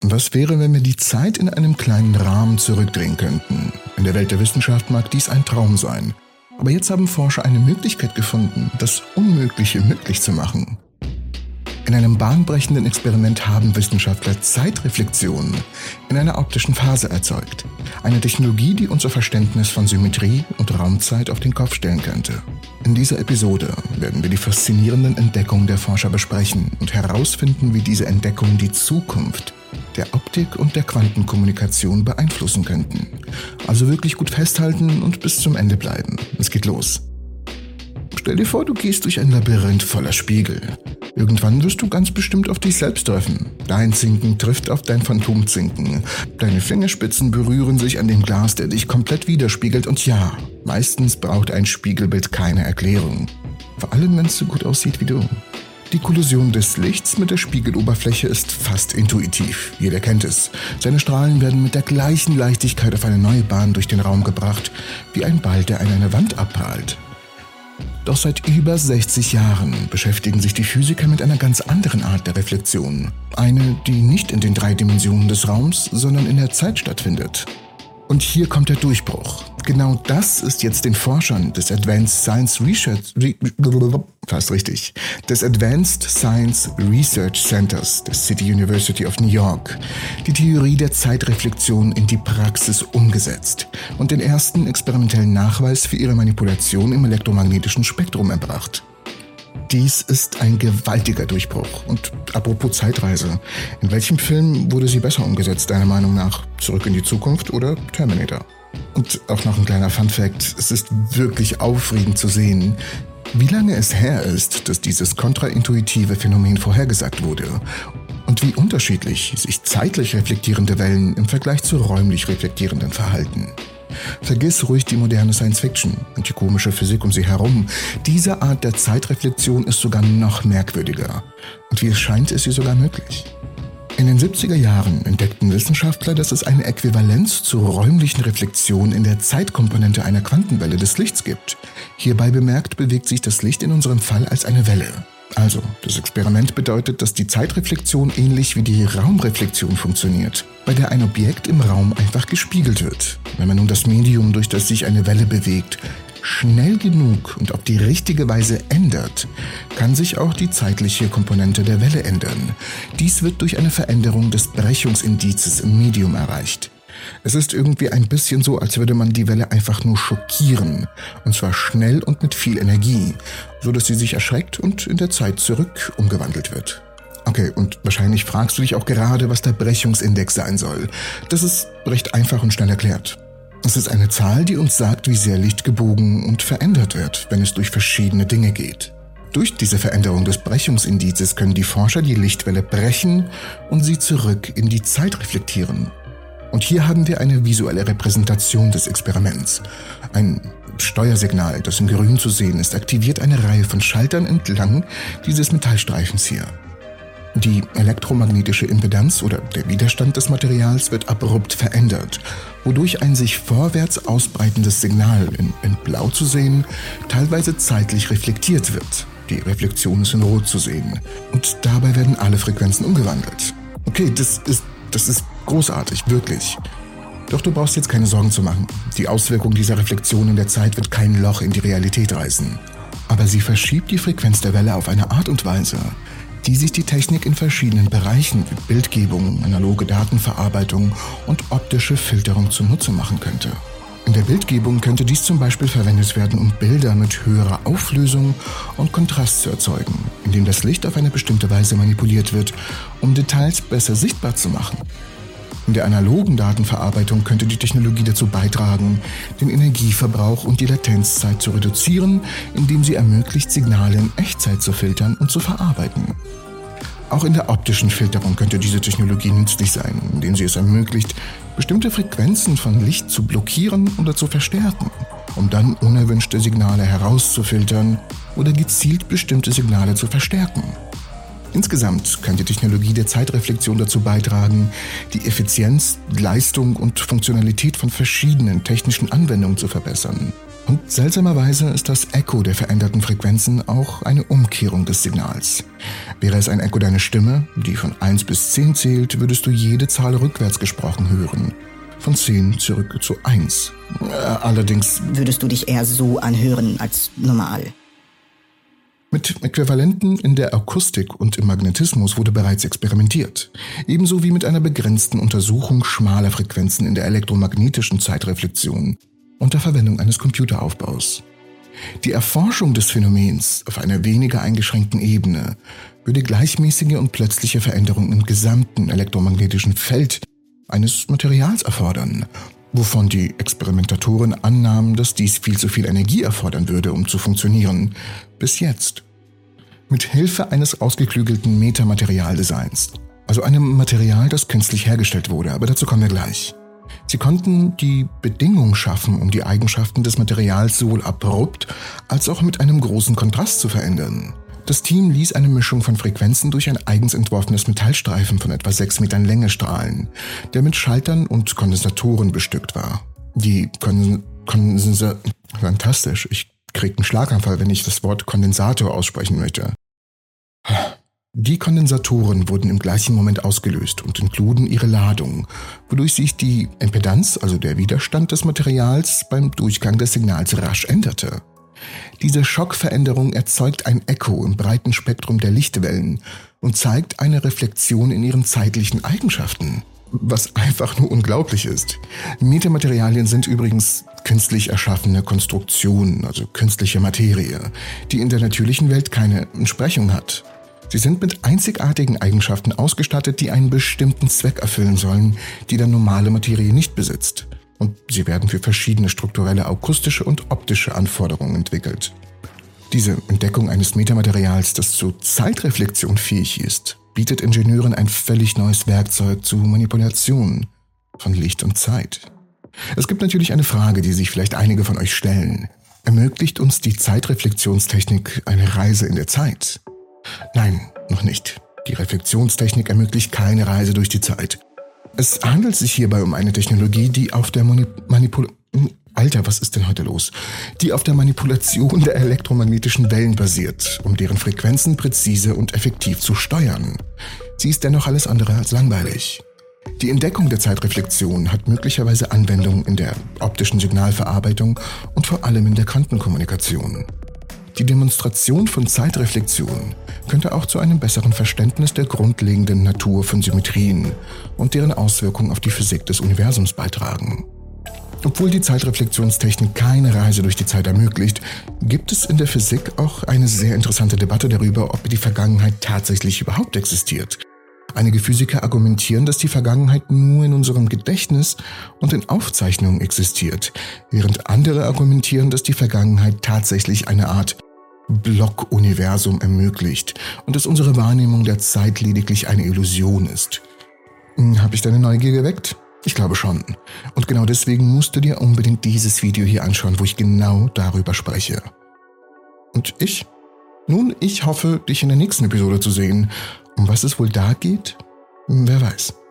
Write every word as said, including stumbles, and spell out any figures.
Was wäre, wenn wir die Zeit in einem kleinen Rahmen zurückdrehen könnten? In der Welt der Wissenschaft mag dies ein Traum sein. Aber jetzt haben Forscher eine Möglichkeit gefunden, das Unmögliche möglich zu machen. In einem bahnbrechenden Experiment haben Wissenschaftler Zeitreflexionen in einer optischen Phase erzeugt. Eine Technologie, die unser Verständnis von Symmetrie und Raumzeit auf den Kopf stellen könnte. In dieser Episode werden wir die faszinierenden Entdeckungen der Forscher besprechen und herausfinden, wie diese Entdeckungen die Zukunft der Optik und der Quantenkommunikation beeinflussen könnten. Also wirklich gut festhalten und bis zum Ende bleiben. Es geht los. Stell dir vor, du gehst durch ein Labyrinth voller Spiegel. Irgendwann wirst du ganz bestimmt auf dich selbst treffen. Dein Zinken trifft auf dein Phantomzinken. Deine Fingerspitzen berühren sich an dem Glas, der dich komplett widerspiegelt. Und ja, meistens braucht ein Spiegelbild keine Erklärung. Vor allem, wenn es so gut aussieht wie du. Die Kollision des Lichts mit der Spiegeloberfläche ist fast intuitiv. Jeder kennt es. Seine Strahlen werden mit der gleichen Leichtigkeit auf eine neue Bahn durch den Raum gebracht, wie ein Ball, der an eine Wand abprallt. Doch seit über sechzig Jahren beschäftigen sich die Physiker mit einer ganz anderen Art der Reflexion. Eine, die nicht in den drei Dimensionen des Raums, sondern in der Zeit stattfindet. Und hier kommt der Durchbruch. Genau das ist jetzt den Forschern des Advanced Science Research, fast richtig, des Advanced Science Research Centers der City University of New York die Theorie der Zeitreflexion in die Praxis umgesetzt und den ersten experimentellen Nachweis für ihre Manipulation im elektromagnetischen Spektrum erbracht. Dies ist ein gewaltiger Durchbruch. Und apropos Zeitreise, in welchem Film wurde sie besser umgesetzt, deiner Meinung nach? Zurück in die Zukunft oder Terminator? Und auch noch ein kleiner Funfact, es ist wirklich aufregend zu sehen, wie lange es her ist, dass dieses kontraintuitive Phänomen vorhergesagt wurde und wie unterschiedlich sich zeitlich reflektierende Wellen im Vergleich zu räumlich reflektierenden verhalten. Vergiss ruhig die moderne Science-Fiction und die komische Physik um sie herum. Diese Art der Zeitreflexion ist sogar noch merkwürdiger. Und wie es scheint, ist sie sogar möglich. In den siebziger Jahren entdeckten Wissenschaftler, dass es eine Äquivalenz zur räumlichen Reflexion in der Zeitkomponente einer Quantenwelle des Lichts gibt. Hierbei bemerkt bewegt sich das Licht in unserem Fall als eine Welle. Also, das Experiment bedeutet, dass die Zeitreflexion ähnlich wie die Raumreflexion funktioniert, bei der ein Objekt im Raum einfach gespiegelt wird. Wenn man nun das Medium, durch das sich eine Welle bewegt, schnell genug und auf die richtige Weise ändert, kann sich auch die zeitliche Komponente der Welle ändern. Dies wird durch eine Veränderung des Brechungsindizes im Medium erreicht. Es ist irgendwie ein bisschen so, als würde man die Welle einfach nur schockieren, und zwar schnell und mit viel Energie, so dass sie sich erschreckt und in der Zeit zurück umgewandelt wird. Okay, und wahrscheinlich fragst du dich auch gerade, was der Brechungsindex sein soll. Das ist recht einfach und schnell erklärt. Es ist eine Zahl, die uns sagt, wie sehr Licht gebogen und verändert wird, wenn es durch verschiedene Dinge geht. Durch diese Veränderung des Brechungsindizes können die Forscher die Lichtwelle brechen und sie zurück in die Zeit reflektieren. Und hier haben wir eine visuelle Repräsentation des Experiments. Ein Steuersignal, das in grün zu sehen ist, aktiviert eine Reihe von Schaltern entlang dieses Metallstreifens hier. Die elektromagnetische Impedanz oder der Widerstand des Materials wird abrupt verändert, wodurch ein sich vorwärts ausbreitendes Signal in, in Blau zu sehen, teilweise zeitlich reflektiert wird. Die Reflexion ist in Rot zu sehen. Und dabei werden alle Frequenzen umgewandelt. Okay, das ist, das ist großartig, wirklich. Doch du brauchst jetzt keine Sorgen zu machen. Die Auswirkung dieser Reflexion in der Zeit wird kein Loch in die Realität reißen. Aber sie verschiebt die Frequenz der Welle auf eine Art und Weise, die sich die Technik in verschiedenen Bereichen wie Bildgebung, analoge Datenverarbeitung und optische Filterung zunutze machen könnte. In der Bildgebung könnte dies zum Beispiel verwendet werden, um Bilder mit höherer Auflösung und Kontrast zu erzeugen, indem das Licht auf eine bestimmte Weise manipuliert wird, um Details besser sichtbar zu machen. In der analogen Datenverarbeitung könnte die Technologie dazu beitragen, den Energieverbrauch und die Latenzzeit zu reduzieren, indem sie ermöglicht, Signale in Echtzeit zu filtern und zu verarbeiten. Auch in der optischen Filterung könnte diese Technologie nützlich sein, indem sie es ermöglicht, bestimmte Frequenzen von Licht zu blockieren oder zu verstärken, um dann unerwünschte Signale herauszufiltern oder gezielt bestimmte Signale zu verstärken. Insgesamt kann die Technologie der Zeitreflexion dazu beitragen, die Effizienz, Leistung und Funktionalität von verschiedenen technischen Anwendungen zu verbessern. Und seltsamerweise ist das Echo der veränderten Frequenzen auch eine Umkehrung des Signals. Wäre es ein Echo deiner Stimme, die von eins bis zehn zählt, würdest du jede Zahl rückwärts gesprochen hören. Von zehn zurück zu eins. Allerdings würdest du dich eher so anhören als normal. Mit Äquivalenten in der Akustik und im Magnetismus wurde bereits experimentiert. Ebenso wie mit einer begrenzten Untersuchung schmaler Frequenzen in der elektromagnetischen Zeitreflexion unter Verwendung eines Computeraufbaus. Die Erforschung des Phänomens auf einer weniger eingeschränkten Ebene würde gleichmäßige und plötzliche Veränderungen im gesamten elektromagnetischen Feld eines Materials erfordern, wovon die Experimentatoren annahmen, dass dies viel zu viel Energie erfordern würde, um zu funktionieren. Bis jetzt. Mit Hilfe eines ausgeklügelten Metamaterialdesigns, also einem Material, das künstlich hergestellt wurde, aber dazu kommen wir gleich. Sie konnten die Bedingungen schaffen, um die Eigenschaften des Materials sowohl abrupt als auch mit einem großen Kontrast zu verändern. Das Team ließ eine Mischung von Frequenzen durch ein eigens entworfenes Metallstreifen von etwa sechs Metern Länge strahlen, der mit Schaltern und Kondensatoren bestückt war. Die Kondensa... Kondensa Fantastisch, ich krieg einen Schlaganfall, wenn ich das Wort Kondensator aussprechen möchte. Die Kondensatoren wurden im gleichen Moment ausgelöst und entluden ihre Ladung, wodurch sich die Impedanz, also der Widerstand des Materials, beim Durchgang des Signals rasch änderte. Diese Schockveränderung erzeugt ein Echo im breiten Spektrum der Lichtwellen und zeigt eine Reflexion in ihren zeitlichen Eigenschaften, was einfach nur unglaublich ist. Metamaterialien sind übrigens künstlich erschaffene Konstruktionen, also künstliche Materie, die in der natürlichen Welt keine Entsprechung hat. Sie sind mit einzigartigen Eigenschaften ausgestattet, die einen bestimmten Zweck erfüllen sollen, die der normale Materie nicht besitzt. Und sie werden für verschiedene strukturelle, akustische und optische Anforderungen entwickelt. Diese Entdeckung eines Metamaterials, das zur Zeitreflexion fähig ist, bietet Ingenieuren ein völlig neues Werkzeug zur Manipulation von Licht und Zeit. Es gibt natürlich eine Frage, die sich vielleicht einige von euch stellen. Ermöglicht uns die Zeitreflexionstechnik eine Reise in der Zeit? Nein, noch nicht. Die Reflexionstechnik ermöglicht keine Reise durch die Zeit. Es handelt sich hierbei um eine Technologie, die auf der Mani- Manipul... Alter, was ist denn heute los? Die auf der Manipulation der elektromagnetischen Wellen basiert, um deren Frequenzen präzise und effektiv zu steuern. Sie ist dennoch alles andere als langweilig. Die Entdeckung der Zeitreflexion hat möglicherweise Anwendungen in der optischen Signalverarbeitung und vor allem in der Quantenkommunikation. Die Demonstration von Zeitreflexion könnte auch zu einem besseren Verständnis der grundlegenden Natur von Symmetrien und deren Auswirkungen auf die Physik des Universums beitragen. Obwohl die Zeitreflexionstechnik keine Reise durch die Zeit ermöglicht, gibt es in der Physik auch eine sehr interessante Debatte darüber, ob die Vergangenheit tatsächlich überhaupt existiert. Einige Physiker argumentieren, dass die Vergangenheit nur in unserem Gedächtnis und in Aufzeichnungen existiert, während andere argumentieren, dass die Vergangenheit tatsächlich eine Art Blockuniversum ermöglicht und dass unsere Wahrnehmung der Zeit lediglich eine Illusion ist. Habe ich deine Neugier geweckt? Ich glaube schon. Und genau deswegen musst du dir unbedingt dieses Video hier anschauen, wo ich genau darüber spreche. Und ich? Nun, ich hoffe, dich in der nächsten Episode zu sehen. Um was es wohl da geht? Wer weiß.